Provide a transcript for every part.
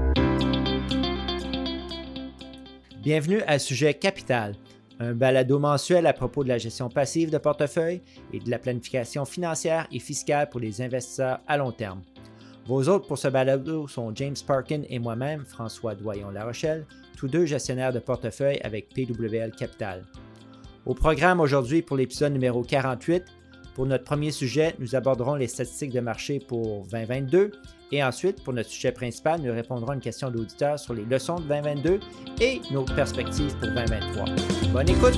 Bienvenue à Sujet Capital, un balado mensuel à propos de la gestion passive de portefeuille et de la planification financière et fiscale pour les investisseurs à long terme. Vos hôtes pour ce balado sont James Parkin et moi-même, François Doyon-La Rochelle, tous deux gestionnaires de portefeuille avec PWL Capital. Au programme aujourd'hui pour l'épisode numéro 48, pour notre premier sujet, nous aborderons les statistiques de marché pour 2022 et ensuite, pour notre sujet principal, nous répondrons à une question d'auditeur sur les leçons de 2022 et nos perspectives pour 2023. Bonne écoute!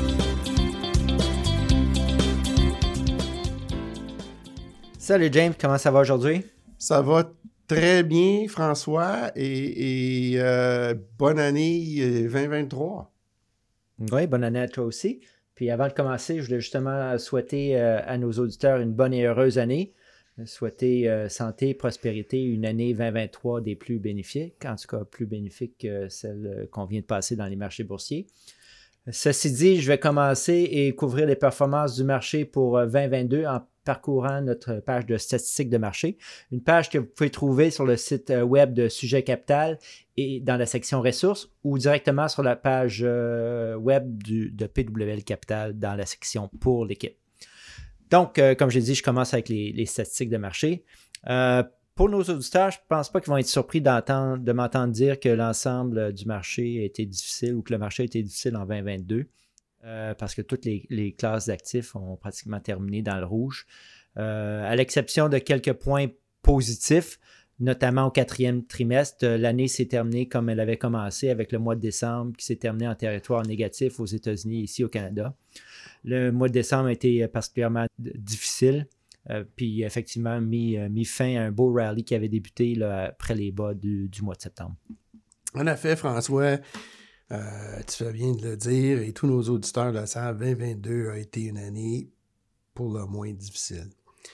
Salut James, comment ça va aujourd'hui? Ça va très bien, François, et bonne année 2023. Oui, bonne année à toi aussi. Puis avant de commencer, je voulais justement souhaiter à nos auditeurs une bonne et heureuse année. Souhaiter santé, prospérité, une année 2023 des plus bénéfiques, en tout cas plus bénéfique que celle qu'on vient de passer dans les marchés boursiers. Ceci dit, je vais commencer et couvrir les performances du marché pour 2022 en parcourant notre page de statistiques de marché, une page que vous pouvez trouver sur le site web de Sujet Capital et dans la section ressources ou directement sur la page web de PWL Capital dans la section pour l'équipe. Donc, comme j'ai dit, je commence avec les statistiques de marché. Pour nos auditeurs, je ne pense pas qu'ils vont être surpris de m'entendre dire que l'ensemble du marché a été difficile ou que le marché a été difficile en 2022 parce que toutes les classes d'actifs ont pratiquement terminé dans le rouge. À l'exception de quelques points positifs, notamment au quatrième trimestre, l'année s'est terminée comme elle avait commencé avec le mois de décembre qui s'est terminé en territoire négatif aux États-Unis et ici au Canada. Le mois de décembre a été particulièrement difficile, puis effectivement mis fin à un beau rallye qui avait débuté là, après les bas du mois de septembre. En effet, François, tu fais bien de le dire, et tous nos auditeurs le savent, 2022 a été une année pour le moins difficile.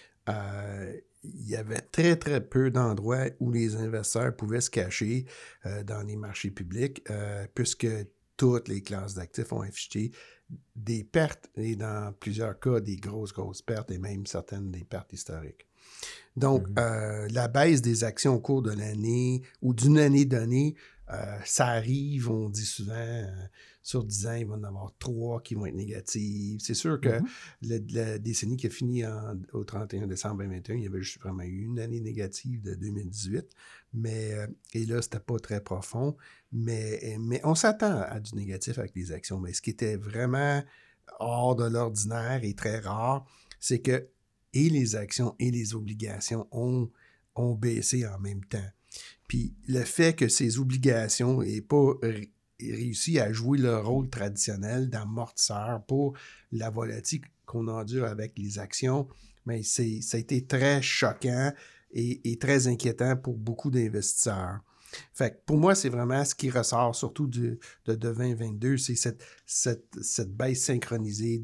Il y avait très, très peu d'endroits où les investisseurs pouvaient se cacher dans les marchés publics, puisque toutes les classes d'actifs ont affiché des pertes et dans plusieurs cas, des grosses pertes et même certaines des pertes historiques. Donc, la baisse des actions au cours de l'année ou d'une année donnée, ça arrive, on dit souvent, sur 10 ans, il va y en avoir 3 qui vont être négatives. C'est sûr que la décennie qui a fini au 31 décembre 2021, il y avait juste vraiment eu une année négative de 2018, et là, c'était pas très profond, mais on s'attend à du négatif avec les actions. Mais ce qui était vraiment hors de l'ordinaire et très rare, c'est que et les actions et les obligations ont baissé en même temps. Puis le fait que ces obligations n'aient pas réussi à jouer le rôle traditionnel d'amortisseur pour la volatilité qu'on endure avec les actions, mais ça a été très choquant et très inquiétant pour beaucoup d'investisseurs. Fait que pour moi, c'est vraiment ce qui ressort surtout de 2022, c'est cette baisse synchronisée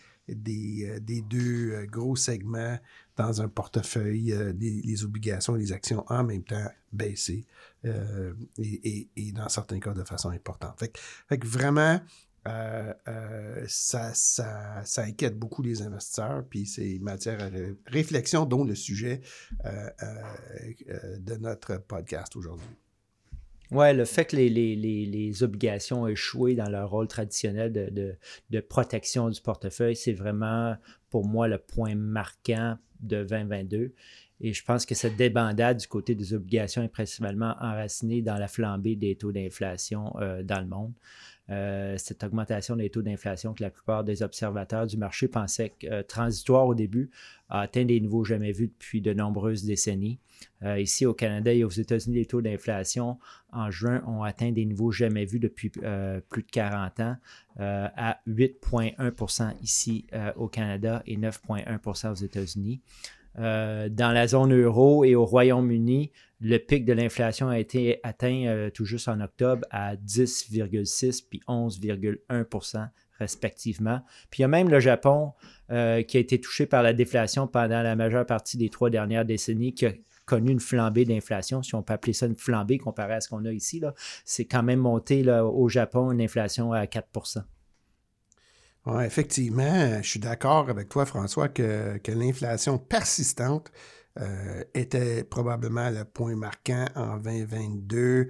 des deux gros segments dans un portefeuille, les obligations et les actions en même temps baissées et dans certains cas de façon importante. Fait que vraiment, ça inquiète beaucoup les investisseurs, puis c'est matière à réflexion, dont le sujet de notre podcast aujourd'hui. Oui, le fait que les obligations ont échoué dans leur rôle traditionnel de protection du portefeuille, c'est vraiment pour moi le point marquant de 2022. Et je pense que cette débandade du côté des obligations est principalement enracinée dans la flambée des taux d'inflation dans le monde. Cette augmentation des taux d'inflation que la plupart des observateurs du marché pensaient transitoire au début a atteint des niveaux jamais vus depuis de nombreuses décennies. Ici au Canada et aux États-Unis, les taux d'inflation en juin ont atteint des niveaux jamais vus depuis plus de 40 ans à 8,1% ici au Canada et 9,1% aux États-Unis. Dans la zone euro et au Royaume-Uni, le pic de l'inflation a été atteint tout juste en octobre à 10,6 puis 11,1% respectivement. Puis il y a même le Japon qui a été touché par la déflation pendant la majeure partie des 3 dernières décennies, qui a connu une flambée d'inflation, si on peut appeler ça une flambée comparé à ce qu'on a ici. Là. C'est quand même monté là, au Japon une inflation à 4%. Oui, effectivement, je suis d'accord avec toi, François, que l'inflation persistante était probablement le point marquant en 2022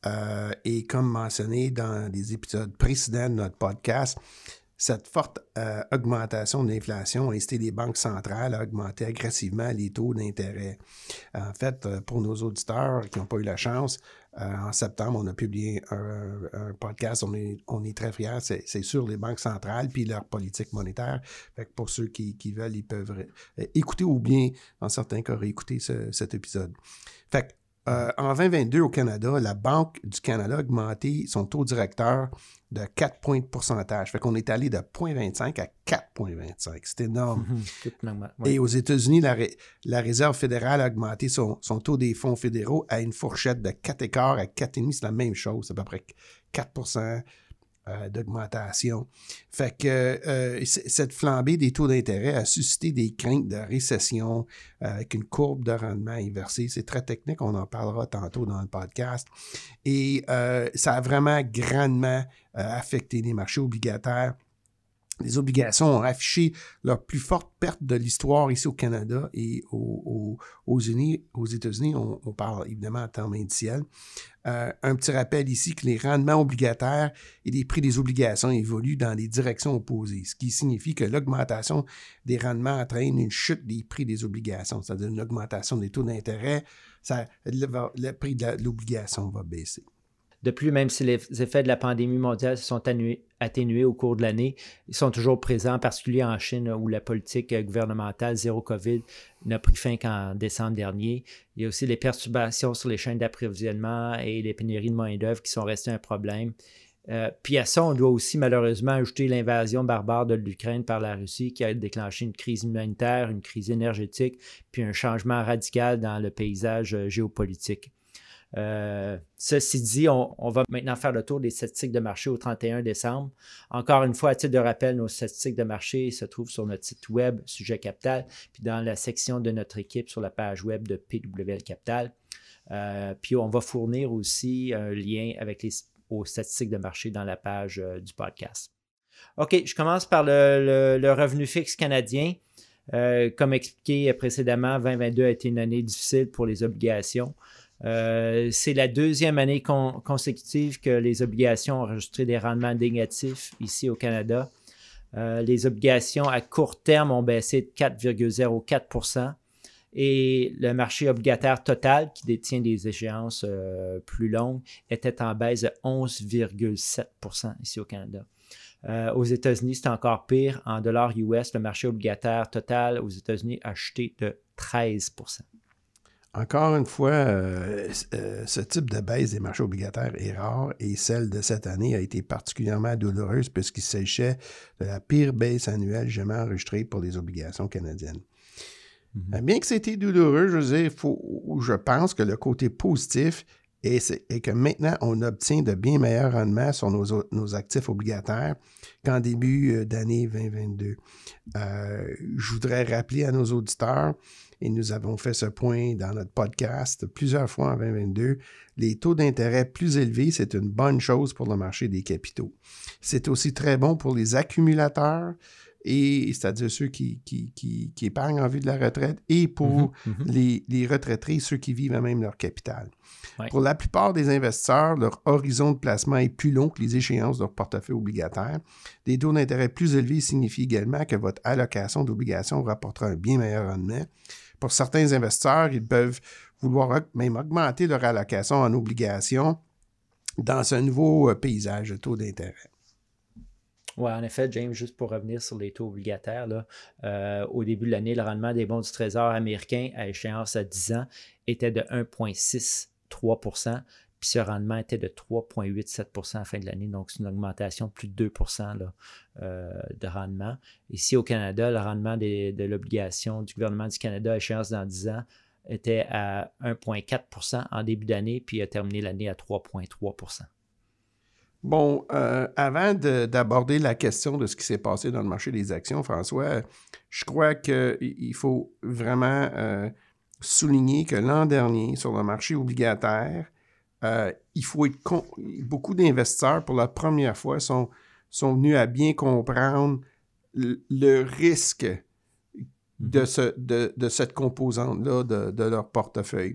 Et comme mentionné dans les épisodes précédents de notre podcast, cette forte augmentation de l'inflation a incité les banques centrales à augmenter agressivement les taux d'intérêt. En fait, pour nos auditeurs qui n'ont pas eu la chance, en septembre, on a publié un podcast, on est très fiers, c'est sur les banques centrales puis leur politique monétaire. Fait que pour ceux qui veulent, ils peuvent écouter ou bien, dans certains cas, réécouter cet épisode. Fait que, en 2022, au Canada, la Banque du Canada a augmenté son taux directeur de 4 points de pourcentage. Fait qu'on est allé de 0,25 à 4,25. C'est énorme. Et aux États-Unis, la Réserve fédérale a augmenté son taux des fonds fédéraux à une fourchette de 4,25 à 4,5. C'est la même chose, c'est à peu près 4 d'augmentation. Fait que cette flambée des taux d'intérêt a suscité des craintes de récession avec une courbe de rendement inversée. C'est très technique, on en parlera tantôt dans le podcast. Et ça a vraiment grandement affecté les marchés obligataires. Les obligations ont affiché leur plus forte perte de l'histoire ici au Canada et aux États-Unis. On parle évidemment en termes indiciels. Un petit rappel ici que les rendements obligataires et les prix des obligations évoluent dans les directions opposées, ce qui signifie que l'augmentation des rendements entraîne une chute des prix des obligations, c'est-à-dire une augmentation des taux d'intérêt. Le prix de l'obligation va baisser. De plus, même si les effets de la pandémie mondiale se sont atténués au cours de l'année, ils sont toujours présents, en particulier en Chine, où la politique gouvernementale zéro COVID n'a pris fin qu'en décembre dernier. Il y a aussi les perturbations sur les chaînes d'approvisionnement et les pénuries de main-d'œuvre qui sont restées un problème. Puis à ça, on doit aussi malheureusement ajouter l'invasion barbare de l'Ukraine par la Russie qui a déclenché une crise humanitaire, une crise énergétique, puis un changement radical dans le paysage géopolitique. Ceci dit, on va maintenant faire le tour des statistiques de marché au 31 décembre. Encore une fois, à titre de rappel, nos statistiques de marché se trouvent sur notre site web Sujet Capital, puis dans la section de notre équipe sur la page web de PWL Capital. Puis on va fournir aussi un lien avec aux statistiques de marché dans la page du podcast. OK, je commence par le revenu fixe canadien. Comme expliqué précédemment, 2022 a été une année difficile pour les obligations. C'est la deuxième année consécutive que les obligations ont enregistré des rendements négatifs ici au Canada. Les obligations à court terme ont baissé de 4,04 % et le marché obligataire total, qui détient des échéances plus longues, était en baisse de 11,7 % ici au Canada. Aux États-Unis, c'est encore pire. En dollars US, le marché obligataire total aux États-Unis a chuté de 13 %. Encore une fois, ce type de baisse des marchés obligataires est rare et celle de cette année a été particulièrement douloureuse puisqu'il s'agissait de la pire baisse annuelle jamais enregistrée pour les obligations canadiennes. Bien que c'était douloureux, je pense que le côté positif est que maintenant, on obtient de bien meilleurs rendements sur nos actifs obligataires qu'en début d'année 2022. Je voudrais rappeler à nos auditeurs, et nous avons fait ce point dans notre podcast plusieurs fois en 2022, les taux d'intérêt plus élevés, c'est une bonne chose pour le marché des capitaux. C'est aussi très bon pour les accumulateurs, c'est-à-dire ceux qui épargnent en vue de la retraite, et pour les retraités, ceux qui vivent à même leur capital. Ouais. Pour la plupart des investisseurs, leur horizon de placement est plus long que les échéances de leur portefeuille obligataire. Des taux d'intérêt plus élevés signifient également que votre allocation d'obligations rapportera un bien meilleur rendement. Pour certains investisseurs, ils peuvent vouloir même augmenter leur allocation en obligations dans ce nouveau paysage de taux d'intérêt. Oui, en effet, James, juste pour revenir sur les taux obligataires, là, au début de l'année, le rendement des bons du Trésor américain à échéance à 10 ans était de 1,63 %, puis ce rendement était de 3,87 % à la fin de l'année, donc c'est une augmentation de plus de 2 % là, de rendement. Ici au Canada, le rendement de l'obligation du gouvernement du Canada à échéance dans 10 ans était à 1,4 % en début d'année, puis a terminé l'année à 3,3 %. Bon, avant d'aborder la question de ce qui s'est passé dans le marché des actions, François, je crois qu'il faut vraiment souligner que l'an dernier, sur le marché obligataire, il faut beaucoup d'investisseurs, pour la première fois, sont venus à bien comprendre le risque de cette composante-là de leur portefeuille.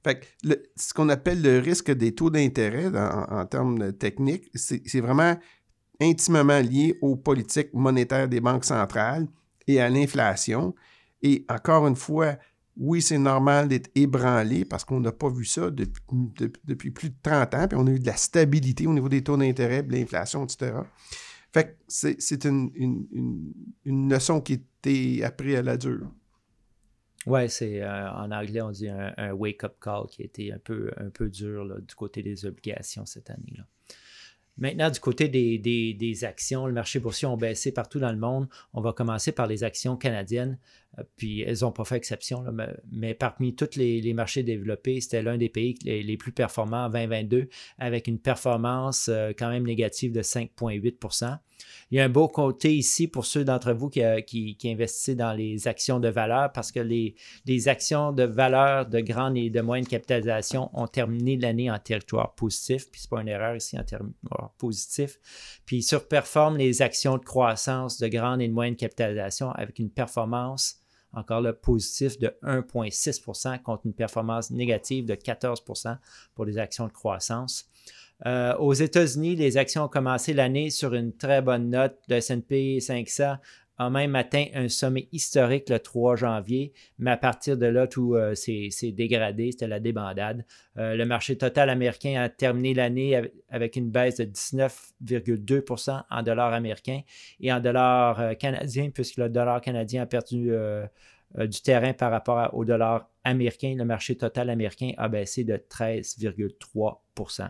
Fait que ce qu'on appelle le risque des taux d'intérêt en termes techniques, c'est vraiment intimement lié aux politiques monétaires des banques centrales et à l'inflation. Et encore une fois, oui, c'est normal d'être ébranlé parce qu'on n'a pas vu ça depuis plus de 30 ans, puis on a eu de la stabilité au niveau des taux d'intérêt, de l'inflation, etc. Fait que c'est une leçon qui était apprise à la dure. Oui, c'est en anglais, on dit un wake-up call qui a été un peu dur là, du côté des obligations cette année-là. Maintenant, du côté des actions, le marché boursier a baissé partout dans le monde. On va commencer par les actions canadiennes, puis elles n'ont pas fait exception, là, mais parmi tous les marchés développés, c'était l'un des pays les plus performants en 2022, avec une performance quand même négative de 5,8 %. Il y a un beau côté ici pour ceux d'entre vous qui investissent dans les actions de valeur, parce que les actions de valeur de grande et de moyenne capitalisation ont terminé l'année en territoire positif, puis ce n'est pas une erreur ici en territoire positif, puis ils surperforment les actions de croissance de grande et de moyenne capitalisation avec une performance encore là positive de 1,6 % contre une performance négative de 14 % pour les actions de croissance. Aux États-Unis, les actions ont commencé l'année sur une très bonne note. Le S&P 500 a même atteint un sommet historique le 3 janvier, mais à partir de là, tout s'est dégradé, c'était la débandade. Le marché total américain a terminé l'année avec une baisse de 19,2 % en dollars américains et en dollars canadiens, puisque le dollar canadien a perdu du terrain par rapport au dollar américain. Le marché total américain a baissé de 13,3 %.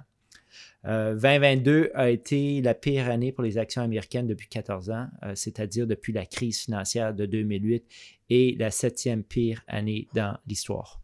2022 a été la pire année pour les actions américaines depuis 14 ans, c'est-à-dire depuis la crise financière de 2008 et la 7e pire année dans l'histoire.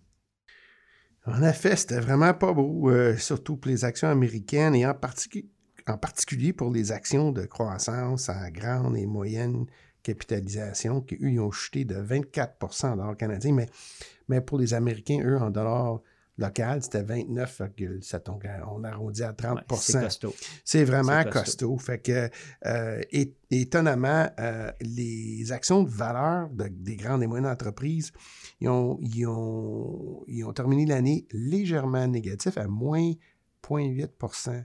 En effet, c'était vraiment pas beau, surtout pour les actions américaines et en particulier pour les actions de croissance à grande et moyenne capitalisation qui, eux, ils ont chuté de 24 % en dollars canadiens, mais pour les Américains, eux, en dollars local, c'était 29,7. Donc, on arrondit à 30 %. Ouais, c'est costaud. C'est vraiment costaud. Fait que, étonnamment, les actions de valeur des grandes et moyennes entreprises, ils ont terminé l'année légèrement négatif à moins 0,8 %.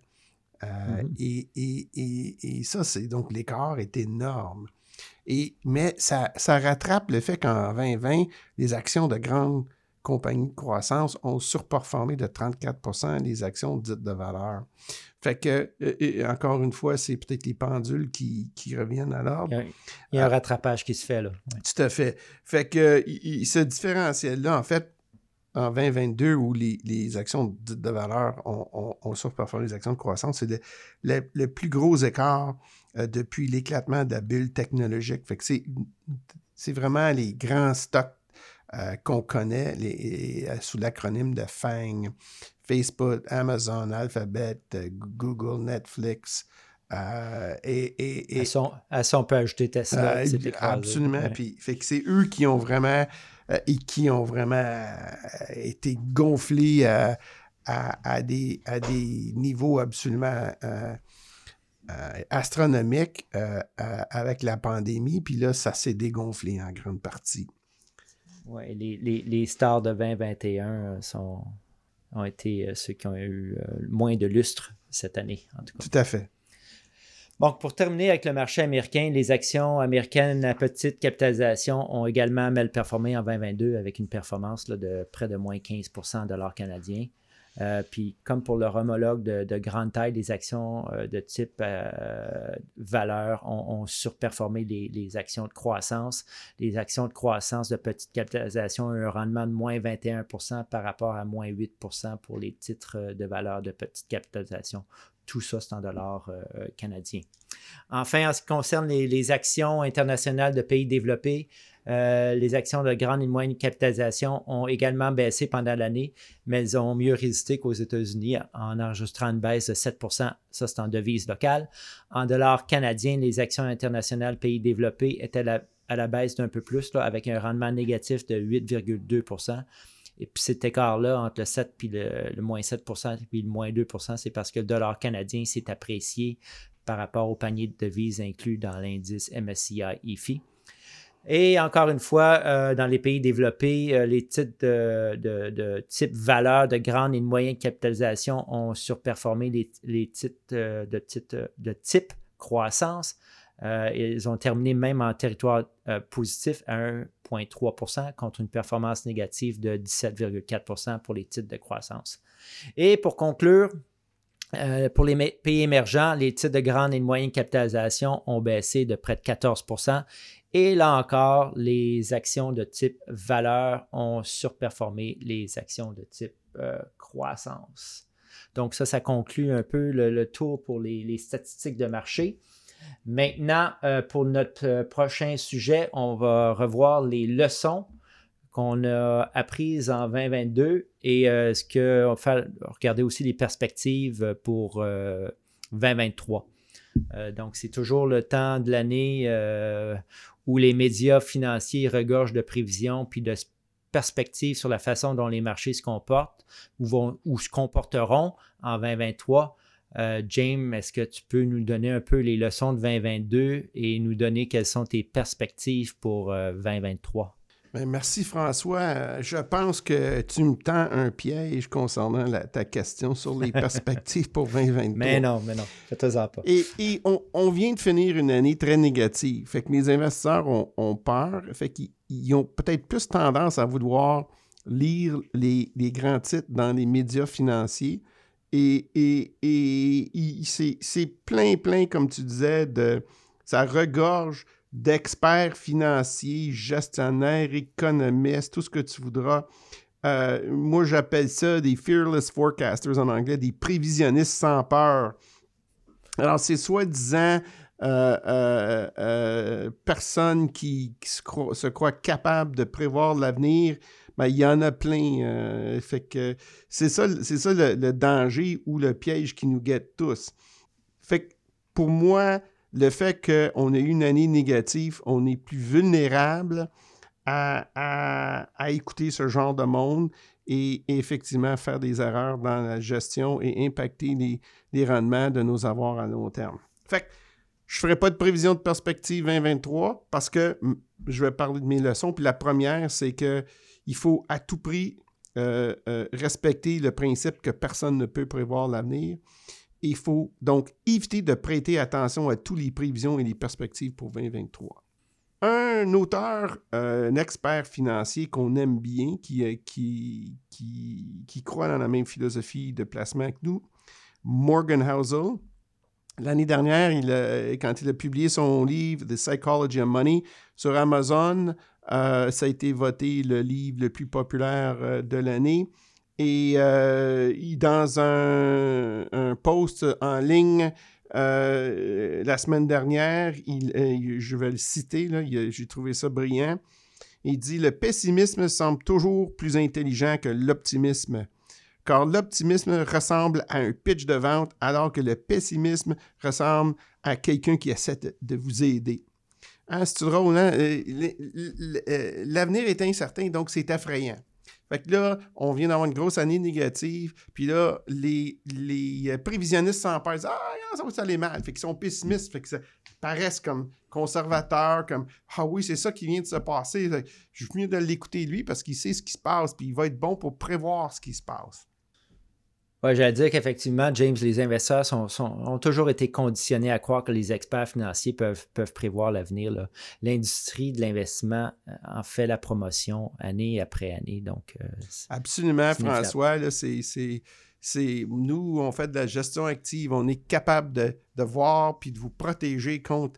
Et ça, c'est donc l'écart est énorme. Mais ça rattrape le fait qu'en 2020, les actions de grandes compagnies de croissance ont surperformé de 34 % les actions dites de valeur. Fait que, encore une fois, c'est peut-être les pendules qui reviennent à l'ordre. Il y a un rattrapage qui se fait, là. Ouais. Tout à fait. Fait que ce différentiel-là, en fait, en 2022, où les actions dites de valeur ont surperformé les actions de croissance, c'est le plus gros écart depuis l'éclatement de la bulle technologique. Fait que c'est vraiment les grands stocks qu'on connaît sous l'acronyme de FANG, Facebook, Amazon, Alphabet, Google, Netflix. À ça, on peut ajouter Tesla. Absolument. Ouais. Puis, fait que c'est eux qui ont vraiment été gonflés à des niveaux absolument astronomiques avec la pandémie. Puis là, ça s'est dégonflé en grande partie. Oui, les stars de 2021 ont été ceux qui ont eu moins de lustre cette année, en tout cas. Tout à fait. Bon, pour terminer avec le marché américain, les actions américaines à petite capitalisation ont également mal performé en 2022 avec une performance là, de près de moins 15 % en dollars canadiens. Puis, comme pour leur homologue de grande taille, les actions de type valeur ont surperformé les actions de croissance. Les actions de croissance de petite capitalisation ont un rendement de moins 21 % par rapport à moins 8 % pour les titres de valeur de petite capitalisation. Tout ça, c'est en dollars canadiens. Enfin, en ce qui concerne les actions internationales de pays développés, les actions de grande et de moyenne capitalisation ont également baissé pendant l'année, mais elles ont mieux résisté qu'aux États-Unis en enregistrant une baisse de 7 %. Ça, c'est en devise locale. En dollars canadiens, les actions internationales pays développés étaient à la baisse d'un peu plus, là, avec un rendement négatif de 8,2 %. Et puis cet écart-là entre le 7 puis le moins 7 % puis le moins 2 %, c'est parce que le dollar canadien s'est apprécié par rapport au panier de devises inclus dans l'indice MSCI EAFE. Et encore une fois, dans les pays développés, les titres de type valeur de grande et de moyenne capitalisation ont surperformé les titres de type croissance. Ils ont terminé même en territoire positif à 1,3% contre une performance négative de 17,4% pour les titres de croissance. Et pour conclure, pour les pays émergents, les titres de grande et de moyenne capitalisation ont baissé de près de 14%. Et là encore, les actions de type valeur ont surperformé les actions de type croissance. Donc ça conclut un peu le tour pour les statistiques de marché. Maintenant, pour notre prochain sujet, on va revoir les leçons qu'on a apprises en 2022 et ce qu'on va faire, regarder aussi les perspectives pour 2023. Donc, c'est toujours le temps de l'année où les médias financiers regorgent de prévisions puis de perspectives sur la façon dont les marchés se comportent ou se comporteront en 2023. James, est-ce que tu peux nous donner un peu les leçons de 2022 et nous donner quelles sont tes perspectives pour 2023? Bien, merci François. Je pense que tu me tends un piège concernant ta question sur les perspectives pour 2023. Mais non, faites-en pas. Et on vient de finir une année très négative. Fait que les investisseurs ont peur. Fait qu'ils ont peut-être plus tendance à vouloir lire les grands titres dans les médias financiers. Et c'est plein, comme tu disais, ça regorge d'experts financiers, gestionnaires, économistes, tout ce que tu voudras. Moi, j'appelle ça des fearless forecasters en anglais, des prévisionnistes sans peur. Alors, c'est soi-disant personnes qui se croient capables de prévoir l'avenir. Ben, il y en a plein. Fait que c'est ça le danger ou le piège qui nous guette tous. Fait que pour moi, le fait qu'on ait eu une année négative, on est plus vulnérable à écouter ce genre de monde et effectivement faire des erreurs dans la gestion et impacter les rendements de nos avoirs à long terme. Fait que je ne ferai pas de prévision de perspective 2023 parce que je vais parler de mes leçons. Puis la première, c'est qu'il faut à tout prix respecter le principe que personne ne peut prévoir l'avenir. Il faut donc éviter de prêter attention à toutes les prévisions et les perspectives pour 2023. Un auteur, un expert financier qu'on aime bien, qui croit dans la même philosophie de placement que nous, Morgan Housel. L'année dernière, quand il a publié son livre « The Psychology of Money » sur Amazon, ça a été voté le livre le plus populaire de l'année. Et dans un post en ligne la semaine dernière, je vais le citer, là, j'ai trouvé ça brillant. Il dit « Le pessimisme semble toujours plus intelligent que l'optimisme, car l'optimisme ressemble à un pitch de vente, alors que le pessimisme ressemble à quelqu'un qui essaie de vous aider. » Hein, c'est drôle, hein? L'avenir est incertain, donc c'est effrayant. Fait que là, on vient d'avoir une grosse année négative, puis là, les prévisionnistes sans peur disent « Ah, ça va aller mal. » Fait qu'ils sont pessimistes, fait qu'ils paraissent comme conservateurs, comme « Ah oui, c'est ça qui vient de se passer. Je suis mieux de l'écouter lui parce qu'il sait ce qui se passe, puis il va être bon pour prévoir ce qui se passe. » Oui, j'allais dire qu'effectivement, James, les investisseurs ont toujours été conditionnés à croire que les experts financiers peuvent prévoir l'avenir, là. L'industrie de l'investissement en fait la promotion année après année. Donc, absolument, François. Là, nous, on fait de la gestion active. On est capable de voir puis de vous protéger contre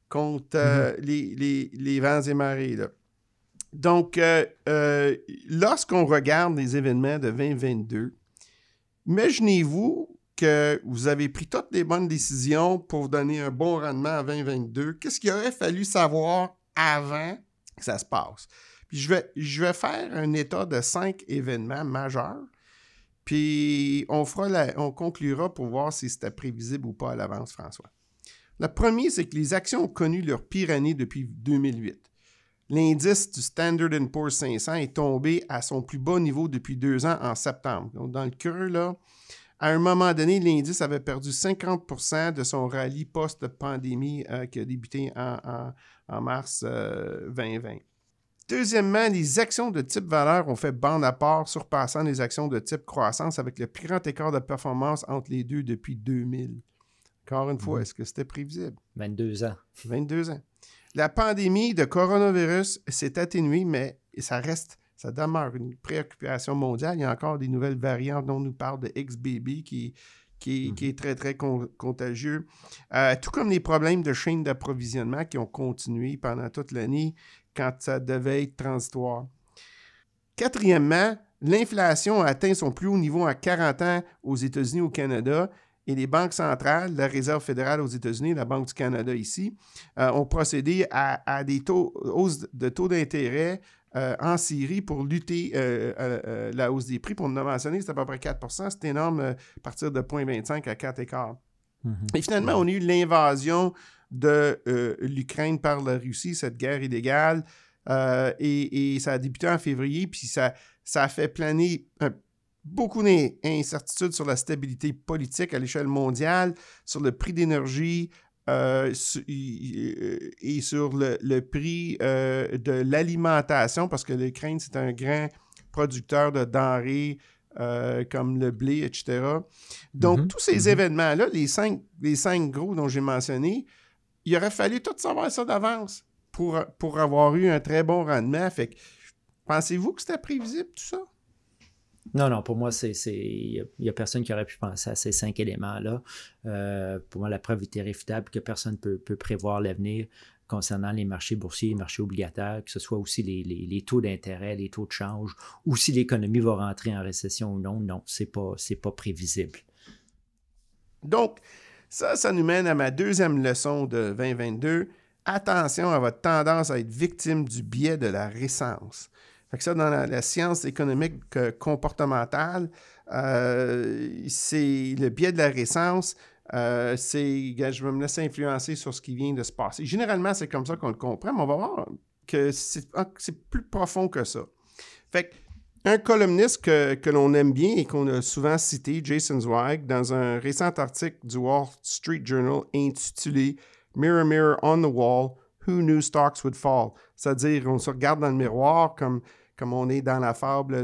les vents et marées, là. Donc, lorsqu'on regarde les événements de 2022, imaginez-vous que vous avez pris toutes les bonnes décisions pour vous donner un bon rendement en 2022. Qu'est-ce qu'il aurait fallu savoir avant que ça se passe? Puis je vais faire un état de 5 événements majeurs, puis on conclura pour voir si c'était prévisible ou pas à l'avance, François. Le premier, c'est que les actions ont connu leur pire année depuis 2008. L'indice du Standard & Poor's 500 est tombé à son plus bas niveau depuis 2 ans en septembre. Donc, dans le creux, là, À un moment donné, l'indice avait perdu 50% de son rallye post-pandémie qui a débuté en mars 2020. Deuxièmement, les actions de type valeur ont fait bande à part, surpassant les actions de type croissance avec le plus grand écart de performance entre les deux depuis 2000. Encore une fois, est-ce que c'était prévisible? 22 ans. 22 ans. La pandémie de coronavirus s'est atténuée, mais ça demeure une préoccupation mondiale. Il y a encore des nouvelles variantes dont on nous parle de XBB qui est très, très contagieux. Tout comme les problèmes de chaîne d'approvisionnement qui ont continué pendant toute l'année quand ça devait être transitoire. Quatrièmement, l'inflation a atteint son plus haut niveau en 40 ans aux États-Unis et au Canada. Et les banques centrales, la Réserve fédérale aux États-Unis, la Banque du Canada ici, ont procédé à des hausses de taux d'intérêt en série pour lutter la hausse des prix. Pour nous mentionner, c'est à peu près 4 %. C'est énorme à partir de 0,25 à 4,25 Et finalement, on a eu l'invasion de l'Ukraine par la Russie, cette guerre illégale, et ça a débuté en février, puis ça a fait planer beaucoup d'incertitudes sur la stabilité politique à l'échelle mondiale, sur le prix d'énergie et sur le prix de l'alimentation, parce que l'Ukraine, c'est un grand producteur de denrées comme le blé, etc. Donc, tous ces événements-là, les cinq gros dont j'ai mentionné, il aurait fallu tout savoir ça d'avance pour avoir eu un très bon rendement. Fait que, pensez-vous que c'était prévisible, tout ça? Non, pour moi, il n'y a personne qui aurait pu penser à ces 5 éléments-là. Pour moi, la preuve est irréfutable que personne ne peut prévoir l'avenir concernant les marchés boursiers, les marchés obligataires, que ce soit aussi les taux d'intérêt, les taux de change, ou si l'économie va rentrer en récession ou non. Non, c'est pas prévisible. Donc, ça nous mène à ma deuxième leçon de 2022. Attention à votre tendance à être victime du biais de la récence. Fait que ça, dans la science économique comportementale, c'est le biais de la récence. Je vais me laisser influencer sur ce qui vient de se passer. Généralement, c'est comme ça qu'on le comprend, mais on va voir que c'est plus profond que ça. Fait un columniste que l'on aime bien et qu'on a souvent cité, Jason Zweig, dans un récent article du Wall Street Journal intitulé « Mirror, Mirror on the Wall, Who Knew Stocks Would Fall », c'est-à-dire on se regarde dans le miroir comme on est dans la fable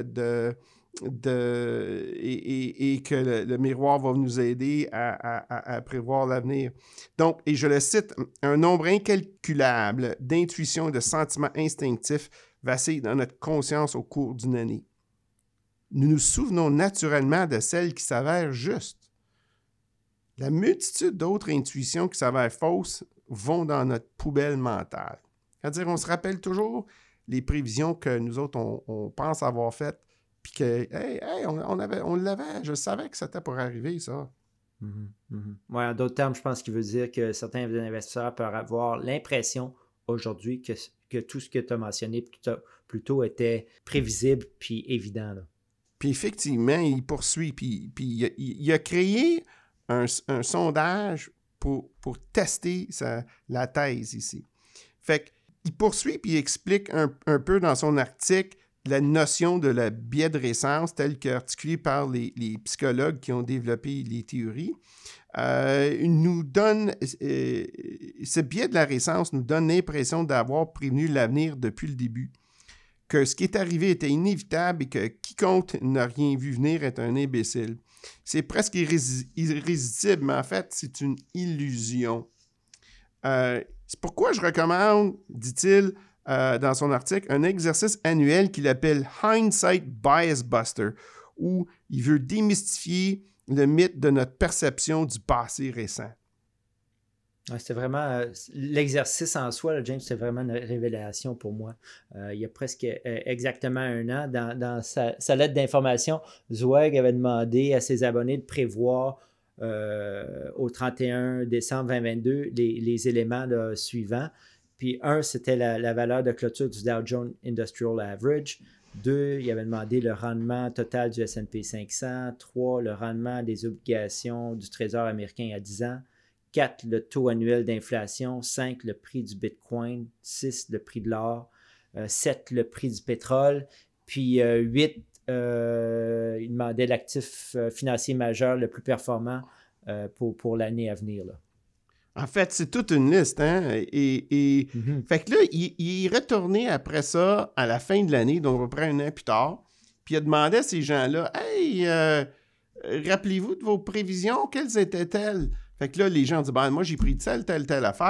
et que le miroir va nous aider à prévoir l'avenir. Donc, et je le cite, « Un nombre incalculable d'intuitions et de sentiments instinctifs vacillent dans notre conscience au cours d'une année. Nous nous souvenons naturellement de celles qui s'avèrent justes. La multitude d'autres intuitions qui s'avèrent fausses vont dans notre poubelle mentale. » C'est-à-dire, on se rappelle toujours les prévisions que nous autres, on pense avoir faites, puis que, on l'avait, je savais que c'était pour arriver, ça. Ouais, en d'autres termes, je pense qu'il veut dire que certains investisseurs peuvent avoir l'impression aujourd'hui que tout ce que tu as mentionné plus tôt était prévisible puis évident. Là. Puis effectivement, il poursuit, puis il a créé un sondage pour tester la thèse ici. Fait qu'il poursuit puis il explique un peu dans son article la notion de la biais de récence telle qu'articulée par les psychologues qui ont développé les théories. Nous donne, ce biais de la récence nous donne l'impression d'avoir prévenu l'avenir depuis le début, que ce qui est arrivé était inévitable et que quiconque n'a rien vu venir est un imbécile. C'est presque irrésistible, mais en fait, c'est une illusion. C'est pourquoi je recommande, dit-il dans son article, un exercice annuel qu'il appelle Hindsight Bias Buster, où il veut démystifier le mythe de notre perception du passé récent. Ouais, c'était vraiment l'exercice en soi, là, James, c'était vraiment une révélation pour moi. Il y a presque exactement un an, dans sa lettre d'information, Zweig avait demandé à ses abonnés de prévoir au 31 décembre 2022 les éléments là, suivants. Puis un, c'était la valeur de clôture du Dow Jones Industrial Average. 2, il avait demandé le rendement total du S&P 500. 3, le rendement des obligations du Trésor américain à 10 ans. 4, le taux annuel d'inflation. 5, le prix du Bitcoin. 6, le prix de l'or. 7, le prix du pétrole. Puis 8, il demandait l'actif financier majeur le plus performant pour l'année à venir, là. En fait, c'est toute une liste, hein? Fait que là, il est retourné après ça à la fin de l'année, donc à peu près un an plus tard, puis il a demandé à ces gens-là, « Hey, rappelez-vous de vos prévisions, quelles étaient-elles? » Fait que là, les gens disent, « Ben, moi, j'ai pris telle affaire. »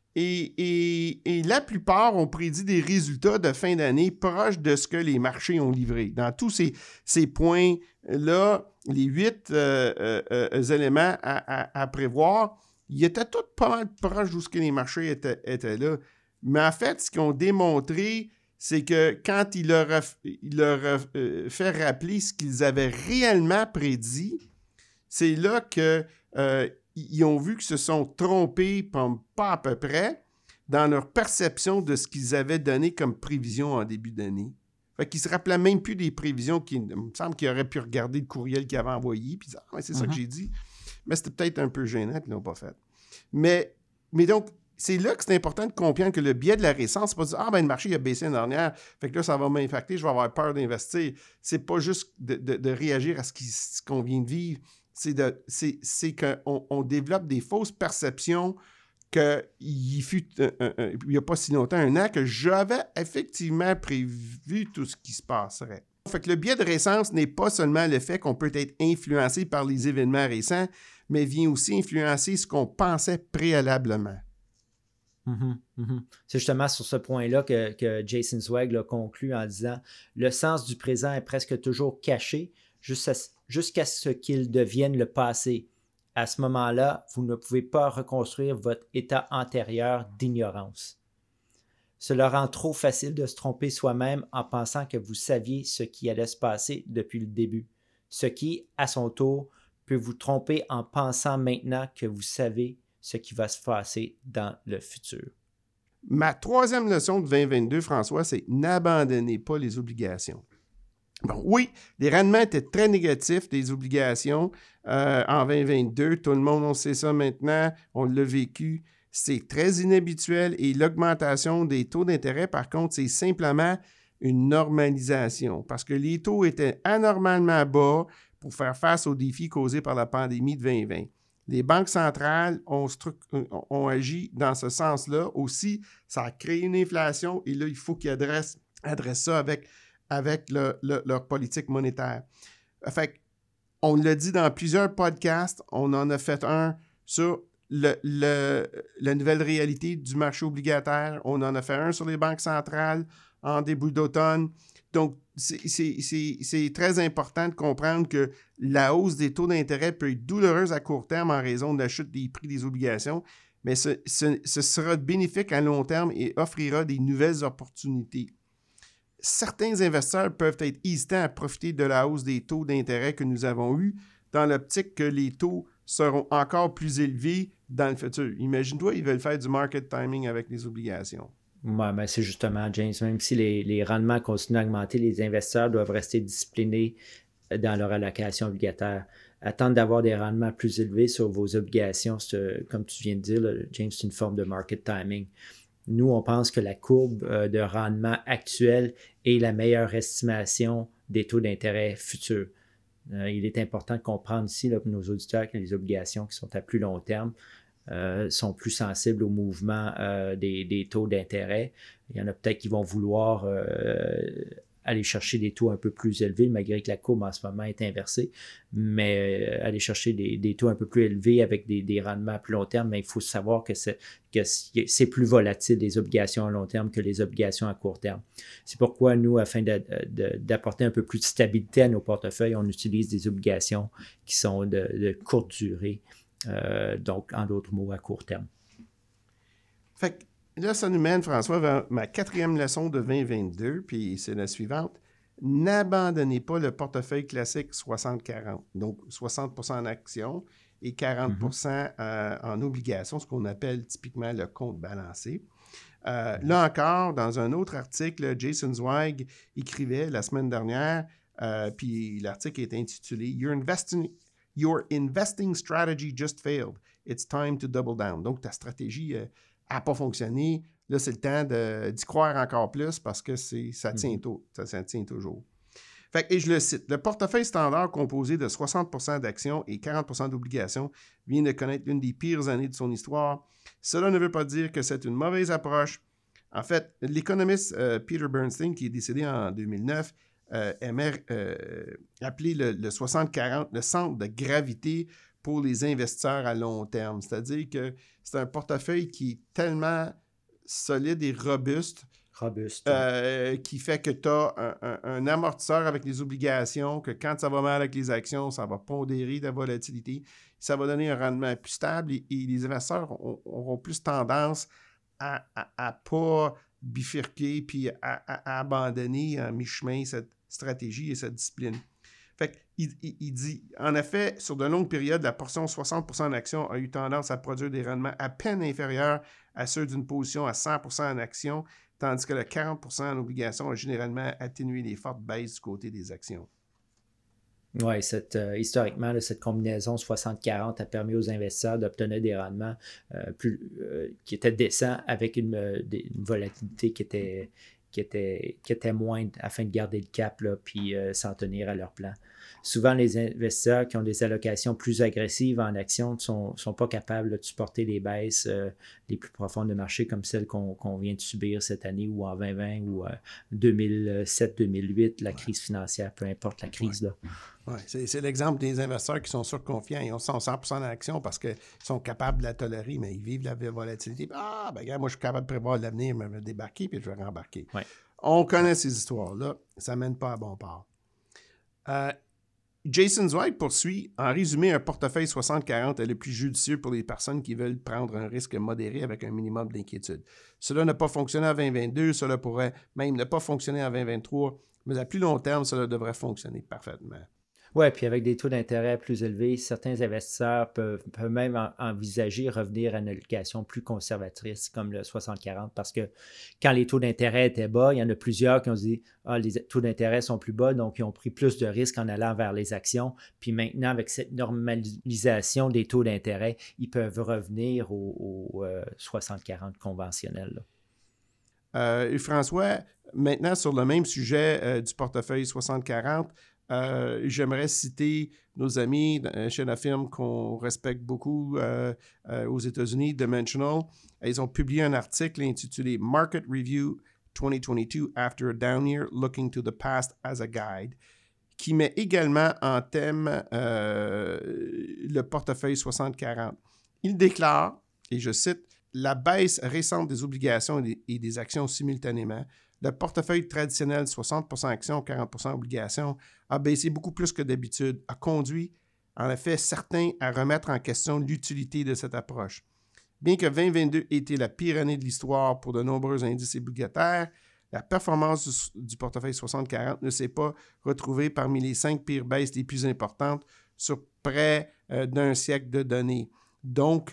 Et la plupart ont prédit des résultats de fin d'année proches de ce que les marchés ont livré. Dans tous ces points-là, les 8 éléments à prévoir, ils étaient tous pas mal proches d'où ce que les marchés étaient là. Mais en fait, ce qu'ils ont démontré, c'est que quand il leur a fait rappeler ce qu'ils avaient réellement prédit, c'est là qu'ils ont vu qu'ils se sont trompés, pas à peu près, dans leur perception de ce qu'ils avaient donné comme prévision en début d'année. Fait qu'ils ne se rappelaient même plus des prévisions. Il me semble qu'ils auraient pu regarder le courriel qu'ils avaient envoyé, puis dire « Ah, c'est ça que j'ai dit. » Mais c'était peut-être un peu gênant, puis ils l'ont pas fait. Mais donc, c'est là que c'est important de comprendre que le biais de la récence, c'est pas de dire « Ah, ben le marché il a baissé l'année dernière, fait que là, ça va m'impacter, je vais avoir peur d'investir. » C'est pas juste de réagir à ce qu'on vient de vivre. C'est qu'on développe des fausses perceptions qu'il fut, il n'y a pas si longtemps, un an, que j'avais effectivement prévu tout ce qui se passerait. Fait que le biais de récence n'est pas seulement le fait qu'on peut être influencé par les événements récents, mais vient aussi influencer ce qu'on pensait préalablement. C'est justement sur ce point-là que Jason Zweig l'a conclu en disant « Le sens du présent est presque toujours caché jusqu'à ce qu'il devienne le passé. À ce moment-là, vous ne pouvez pas reconstruire votre état antérieur d'ignorance. Cela rend trop facile de se tromper soi-même en pensant que vous saviez ce qui allait se passer depuis le début, ce qui, à son tour, peut vous tromper en pensant maintenant que vous savez ce qui va se passer dans le futur. » Ma troisième leçon de 2022, François, c'est « N'abandonnez pas les obligations ». Bon, oui, les rendements étaient très négatifs des obligations en 2022. Tout le monde, on sait ça maintenant, on l'a vécu. C'est très inhabituel et l'augmentation des taux d'intérêt, par contre, c'est simplement une normalisation parce que les taux étaient anormalement bas pour faire face aux défis causés par la pandémie de 2020. Les banques centrales ont agi dans ce sens-là. Aussi, ça a créé une inflation et là, il faut qu'ils adressent ça avec leur politique monétaire. Fait on l'a dit dans plusieurs podcasts, on en a fait un sur la nouvelle réalité du marché obligataire, on en a fait un sur les banques centrales en début d'automne. Donc, c'est très important de comprendre que la hausse des taux d'intérêt peut être douloureuse à court terme en raison de la chute des prix des obligations, mais ce sera bénéfique à long terme et offrira des nouvelles opportunités. Certains investisseurs peuvent être hésitants à profiter de la hausse des taux d'intérêt que nous avons eue dans l'optique que les taux seront encore plus élevés dans le futur. Imagine-toi, ils veulent faire du market timing avec les obligations. Ouais, ben c'est justement, James, même si les rendements continuent à augmenter, les investisseurs doivent rester disciplinés dans leur allocation obligataire. Attendre d'avoir des rendements plus élevés sur vos obligations, comme tu viens de dire, là, James, c'est une forme de market timing. Nous, on pense que la courbe de rendement actuelle est la meilleure estimation des taux d'intérêt futurs. Il est important de comprendre ici là, pour nos auditeurs que les obligations qui sont à plus long terme sont plus sensibles au mouvement des taux d'intérêt. Il y en a peut-être qui vont vouloir aller chercher des taux un peu plus élevés, malgré que la courbe en ce moment est inversée, mais aller chercher des taux un peu plus élevés avec des rendements à plus long terme, mais il faut savoir que c'est plus volatile les obligations à long terme que les obligations à court terme. C'est pourquoi nous, afin d'apporter un peu plus de stabilité à nos portefeuilles, on utilise des obligations qui sont de courte durée, donc en d'autres mots à court terme. Fait que là, ça nous mène, François, vers ma quatrième leçon de 2022, puis c'est la suivante. N'abandonnez pas le portefeuille classique 60-40. Donc, 60% en actions et 40% en obligations, ce qu'on appelle typiquement le compte balancé. Là encore, dans un autre article, Jason Zweig écrivait la semaine dernière, puis l'article est intitulé « Your investing strategy just failed. It's time to double down ». Donc, ta stratégie n'a pas fonctionné. Là, c'est le temps d'y croire encore plus parce que ça tient toujours. Et je le cite, le portefeuille standard composé de 60% d'actions et 40% d'obligations vient de connaître l'une des pires années de son histoire. Cela ne veut pas dire que c'est une mauvaise approche. En fait, l'économiste Peter Bernstein, qui est décédé en 2009, aimait appeler le 60-40 le centre de gravité pour les investisseurs à long terme. C'est-à-dire que c'est un portefeuille qui est tellement solide et robuste qui fait que tu as un amortisseur avec les obligations, que quand ça va mal avec les actions, ça va pondérer la volatilité, ça va donner un rendement plus stable et les investisseurs auront plus tendance à pas bifurquer puis à abandonner en mi-chemin cette stratégie et cette discipline. Il dit, en effet, sur de longues périodes, la portion 60% en actions a eu tendance à produire des rendements à peine inférieurs à ceux d'une position à 100% en actions, tandis que le 40% en obligations a généralement atténué les fortes baisses du côté des actions. Oui, historiquement, cette combinaison 60-40 a permis aux investisseurs d'obtenir des rendements qui étaient décents avec une volatilité qui était moindre afin de garder le cap puis s'en tenir à leur plan. Souvent, les investisseurs qui ont des allocations plus agressives en actions ne sont pas capables de supporter les baisses les plus profondes de marché comme celles qu'on vient de subir cette année ou en 2020 ou 2007-2008, la crise financière, peu importe la crise. Là. Oui, c'est l'exemple des investisseurs qui sont surconfiants. Ils sont 100% en action parce qu'ils sont capables de la tolérer, mais ils vivent la volatilité. Regarde, moi, je suis capable de prévoir l'avenir, me débarquer, puis je vais rembarquer. Ouais. On connaît ces histoires-là. Ça ne mène pas à bon port. Jason Zweig poursuit, en résumé, un portefeuille 60-40 est le plus judicieux pour les personnes qui veulent prendre un risque modéré avec un minimum d'inquiétude. Cela n'a pas fonctionné en 2022, cela pourrait même ne pas fonctionner en 2023, mais à plus long terme, cela devrait fonctionner parfaitement. Oui, puis avec des taux d'intérêt plus élevés, certains investisseurs peuvent même envisager revenir à une allocation plus conservatrice comme le 60-40 parce que quand les taux d'intérêt étaient bas, il y en a plusieurs qui ont dit « Ah, les taux d'intérêt sont plus bas, donc ils ont pris plus de risques en allant vers les actions. » Puis maintenant, avec cette normalisation des taux d'intérêt, ils peuvent revenir au 60-40 conventionnel. François, maintenant sur le même sujet du portefeuille 60-40, j'aimerais citer nos amis chez la firme qu'on respecte beaucoup aux États-Unis, Dimensional. Ils ont publié un article intitulé « Market Review 2022 After a Down Year, Looking to the Past as a Guide » qui met également en thème le portefeuille 60-40. Il déclare, et je cite, « La baisse récente des obligations et des actions simultanément, le portefeuille traditionnel 60% actions, 40% obligations a baissé beaucoup plus que d'habitude, a conduit en effet certains à remettre en question l'utilité de cette approche. Bien que 2022 ait été la pire année de l'histoire pour de nombreux indices obligataires, la performance du portefeuille 60-40 ne s'est pas retrouvée parmi les 5 pires baisses les plus importantes sur près d'un siècle de données. Donc,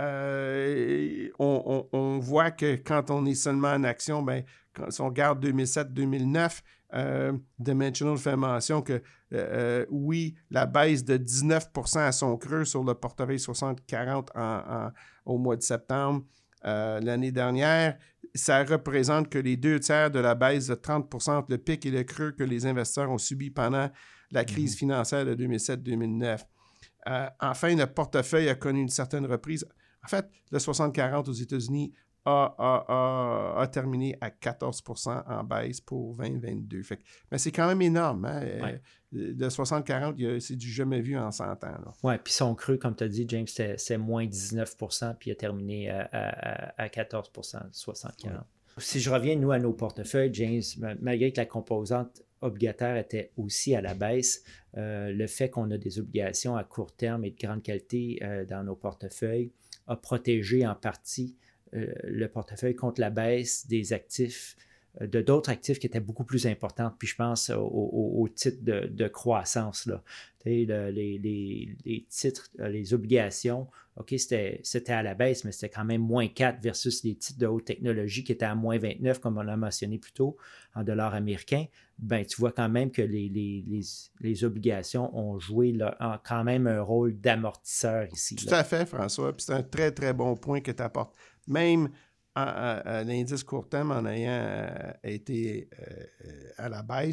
on voit que quand on est seulement en action, si on regarde 2007-2009, Dimensional fait mention que oui, la baisse de 19% à son creux sur le portefeuille 60-40 au mois de septembre l'année dernière, ça représente que les 2/3 de la baisse de 30% entre le pic et le creux que les investisseurs ont subi pendant la crise financière de 2007-2009. Enfin, le portefeuille a connu une certaine reprise. En fait, le 60-40 aux États-Unis a terminé à 14% en baisse pour 2022. Mais c'est quand même énorme. Hein? Ouais. Le 60-40, c'est du jamais vu en 100 ans. Oui, puis son creux, comme tu as dit, James, c'est moins 19%, puis il a terminé à 14%, 60-40. Ouais. Si je reviens, nous, à nos portefeuilles, James, malgré que la composante obligataire était aussi à la baisse, le fait qu'on a des obligations à court terme et de grande qualité dans nos portefeuilles a protégé en partie le portefeuille contre la baisse des actifs, d'autres actifs qui étaient beaucoup plus importantes. Puis je pense au titre de croissance. Là. Les titres, les obligations, OK, c'était à la baisse, mais c'était quand même moins 4 versus les titres de haute technologie qui étaient à moins 29, comme on l'a mentionné plus tôt, en dollars américains. Ben, tu vois quand même que les obligations ont joué là, quand même un rôle d'amortisseur ici. Tout à fait, François. Puis c'est un très, très bon point que tu apportes. Même l'indice court terme en ayant été à la baisse,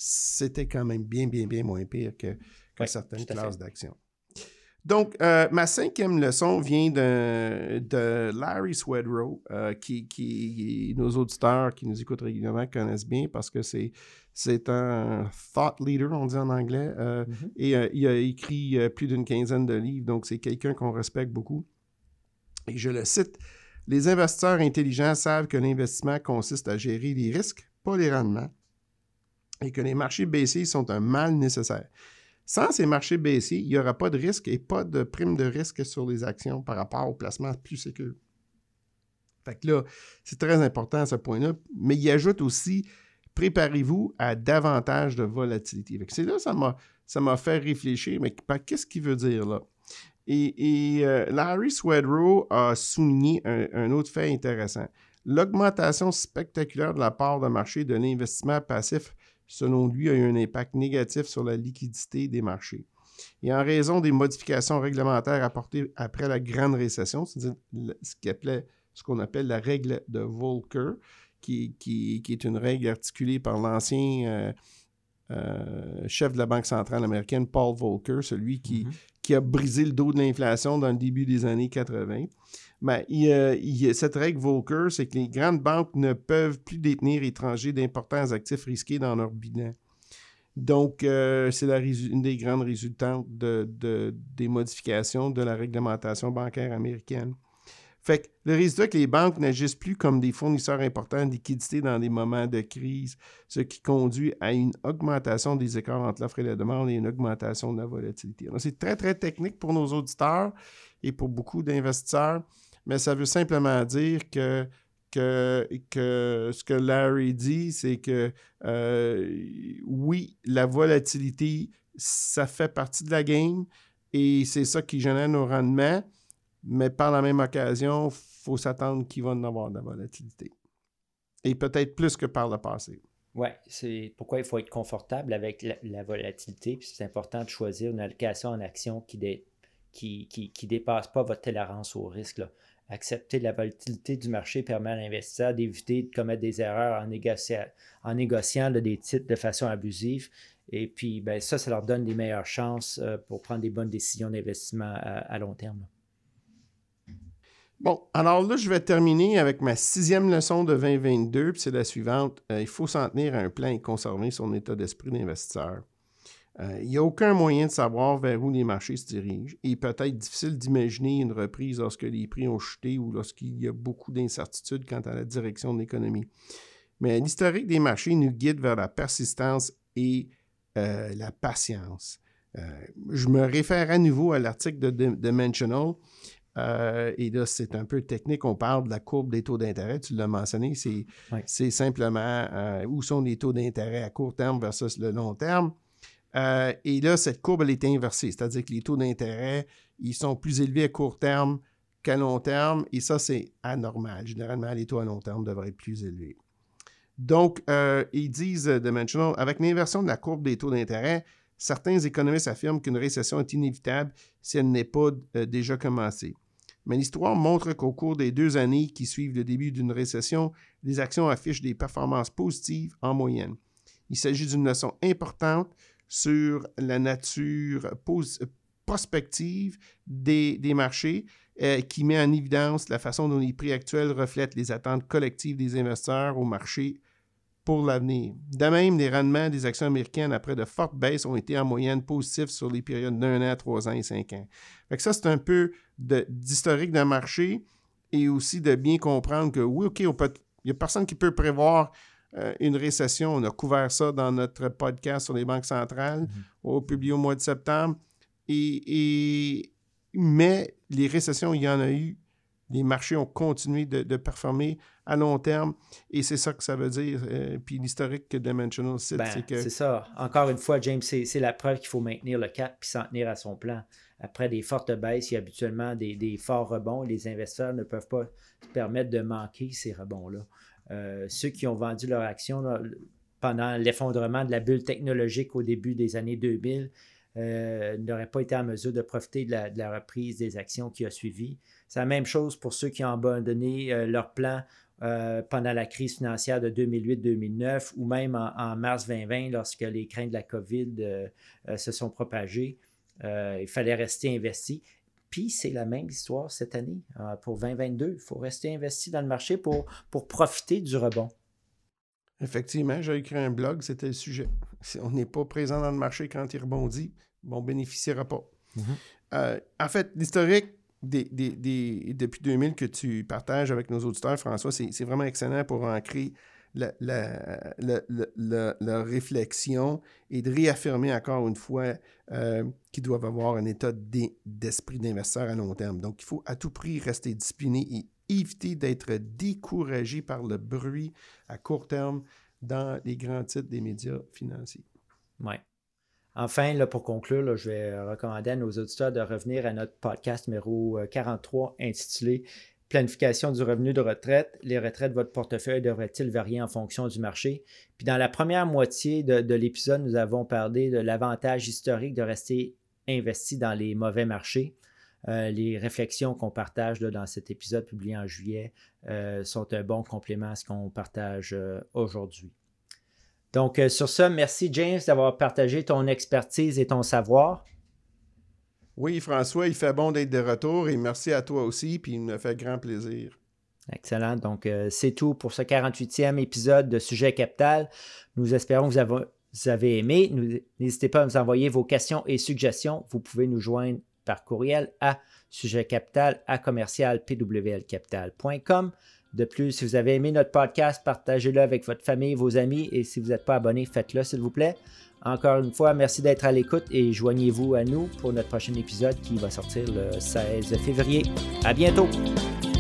c'était quand même bien moins pire que Oui, certaines tout à fait. classes d'actions. Donc, ma 5e leçon vient de Larry Swedroe, qui nos auditeurs qui nous écoutent régulièrement connaissent bien parce que c'est un thought leader, on dit en anglais, et il a écrit plus d'une quinzaine de livres, donc c'est quelqu'un qu'on respecte beaucoup. Et je le cite, « Les investisseurs intelligents savent que l'investissement consiste à gérer les risques, pas les rendements, et que les marchés baissiers sont un mal nécessaire. Sans ces marchés baissiers, il n'y aura pas de risque et pas de prime de risque sur les actions par rapport au placement plus sécure. » Fait que là, c'est très important à ce point-là. Mais il ajoute aussi, préparez-vous à davantage de volatilité. Fait que c'est là ça m'a fait réfléchir, mais qu'est-ce qu'il veut dire là? Et Larry Swedroe a souligné un autre fait intéressant. L'augmentation spectaculaire de la part de marché de l'investissement passif, selon lui, a eu un impact négatif sur la liquidité des marchés. Et en raison des modifications réglementaires apportées après la Grande Récession, c'est-à-dire ce qu'on appelle la règle de Volcker, qui est une règle articulée par l'ancien chef de la Banque centrale américaine, Paul Volcker, celui qui a brisé le dos de l'inflation dans le début des années 80. Ben, cette règle Volcker, c'est que les grandes banques ne peuvent plus détenir étrangers d'importants actifs risqués dans leur bilan. Donc, c'est une des grandes résultantes des modifications de la réglementation bancaire américaine. Fait que le résultat, que les banques n'agissent plus comme des fournisseurs importants de liquidités dans des moments de crise, ce qui conduit à une augmentation des écarts entre l'offre et la demande et une augmentation de la volatilité. Alors, c'est très, très technique pour nos auditeurs et pour beaucoup d'investisseurs, mais ça veut simplement dire que ce que Larry dit, c'est que oui, la volatilité, ça fait partie de la game et c'est ça qui génère nos rendements. Mais par la même occasion, il faut s'attendre qu'il va en avoir de la volatilité. Et peut-être plus que par le passé. Oui, c'est pourquoi il faut être confortable avec la volatilité. Puis c'est important de choisir une allocation en action qui dépasse pas votre tolérance au risque, là. Accepter la volatilité du marché permet à l'investisseur d'éviter de commettre des erreurs en négociant là, des titres de façon abusive. Et puis, ben, ça leur donne des meilleures chances pour prendre des bonnes décisions d'investissement à long terme, là. Bon, alors là, je vais terminer avec ma 6e leçon de 2022, puis c'est la suivante. Il faut s'en tenir à un plan et conserver son état d'esprit d'investisseur. Il n'y a aucun moyen de savoir vers où les marchés se dirigent et peut-être difficile d'imaginer une reprise lorsque les prix ont chuté ou lorsqu'il y a beaucoup d'incertitudes quant à la direction de l'économie. Mais l'historique des marchés nous guide vers la persistance et la patience. Je me réfère à nouveau à l'article de Dimensional. Et là, c'est un peu technique. On parle de la courbe des taux d'intérêt. Tu l'as mentionné. C'est simplement où sont les taux d'intérêt à court terme versus le long terme. Et là, cette courbe, elle est inversée. C'est-à-dire que les taux d'intérêt, ils sont plus élevés à court terme qu'à long terme. Et ça, c'est anormal. Généralement, les taux à long terme devraient être plus élevés. Donc, ils disent, Dimensional, avec l'inversion de la courbe des taux d'intérêt, certains économistes affirment qu'une récession est inévitable si elle n'est pas déjà commencée. Mais l'histoire montre qu'au cours des 2 années qui suivent le début d'une récession, les actions affichent des performances positives en moyenne. Il s'agit d'une leçon importante sur la nature prospective des marchés qui met en évidence la façon dont les prix actuels reflètent les attentes collectives des investisseurs au marché pour l'avenir. De même, les rendements des actions américaines après de fortes baisses ont été en moyenne positifs sur les périodes d'1 an, 3 ans et 5 ans. Fait que ça, c'est un peu d'historique d'un marché et aussi de bien comprendre que oui, OK, il n'y a personne qui peut prévoir une récession. On a couvert ça dans notre podcast sur les banques centrales, publié au mois de septembre. Mais les récessions, il y en a eu. Les marchés ont continué de performer à long terme et c'est ça que ça veut dire. Puis l'historique que Dimensional cite, c'est que... C'est ça. Encore une fois, James, c'est la preuve qu'il faut maintenir le cap puis s'en tenir à son plan. Après des fortes baisses, il y a habituellement des forts rebonds. Les investisseurs ne peuvent pas se permettre de manquer ces rebonds-là. Ceux qui ont vendu leurs actions là, pendant l'effondrement de la bulle technologique au début des années 2000 n'auraient pas été en mesure de profiter de la reprise des actions qui a suivi. C'est la même chose pour ceux qui ont abandonné leur plan pendant la crise financière de 2008-2009 ou même en mars 2020 lorsque les craintes de la COVID se sont propagées. Il fallait rester investi. Puis c'est la même histoire cette année pour 2022. Il faut rester investi dans le marché pour profiter du rebond. Effectivement, j'ai écrit un blog, c'était le sujet. Si on n'est pas présent dans le marché quand il rebondit, on ne bénéficiera pas. En fait, l'historique depuis 2000 que tu partages avec nos auditeurs, François, c'est vraiment excellent pour ancrer la réflexion et de réaffirmer encore une fois qu'ils doivent avoir un état d'esprit d'investisseur à long terme. Donc, il faut à tout prix rester discipliné et éviter d'être découragé par le bruit à court terme dans les grands titres des médias financiers. Oui. Enfin, là, pour conclure, là, je vais recommander à nos auditeurs de revenir à notre podcast numéro 43 intitulé « Planification du revenu de retraite. Les retraites de votre portefeuille devraient-ils varier en fonction du marché? » Puis dans la première moitié de l'épisode, nous avons parlé de l'avantage historique de rester investi dans les mauvais marchés. Les réflexions qu'on partage là, dans cet épisode publié en juillet sont un bon complément à ce qu'on partage aujourd'hui. Donc, sur ça, merci James d'avoir partagé ton expertise et ton savoir. Oui, François, il fait bon d'être de retour et merci à toi aussi, puis il me fait grand plaisir. Excellent. Donc, c'est tout pour ce 48e épisode de Sujet Capital. Nous espérons que vous avez aimé. N'hésitez pas à nous envoyer vos questions et suggestions. Vous pouvez nous joindre par courriel à sujetcapital@pwlcapital.com. De plus, si vous avez aimé notre podcast, partagez-le avec votre famille, vos amis, et si vous n'êtes pas abonné, faites-le s'il vous plaît. Encore une fois, merci d'être à l'écoute et joignez-vous à nous pour notre prochain épisode qui va sortir le 16 février. À bientôt!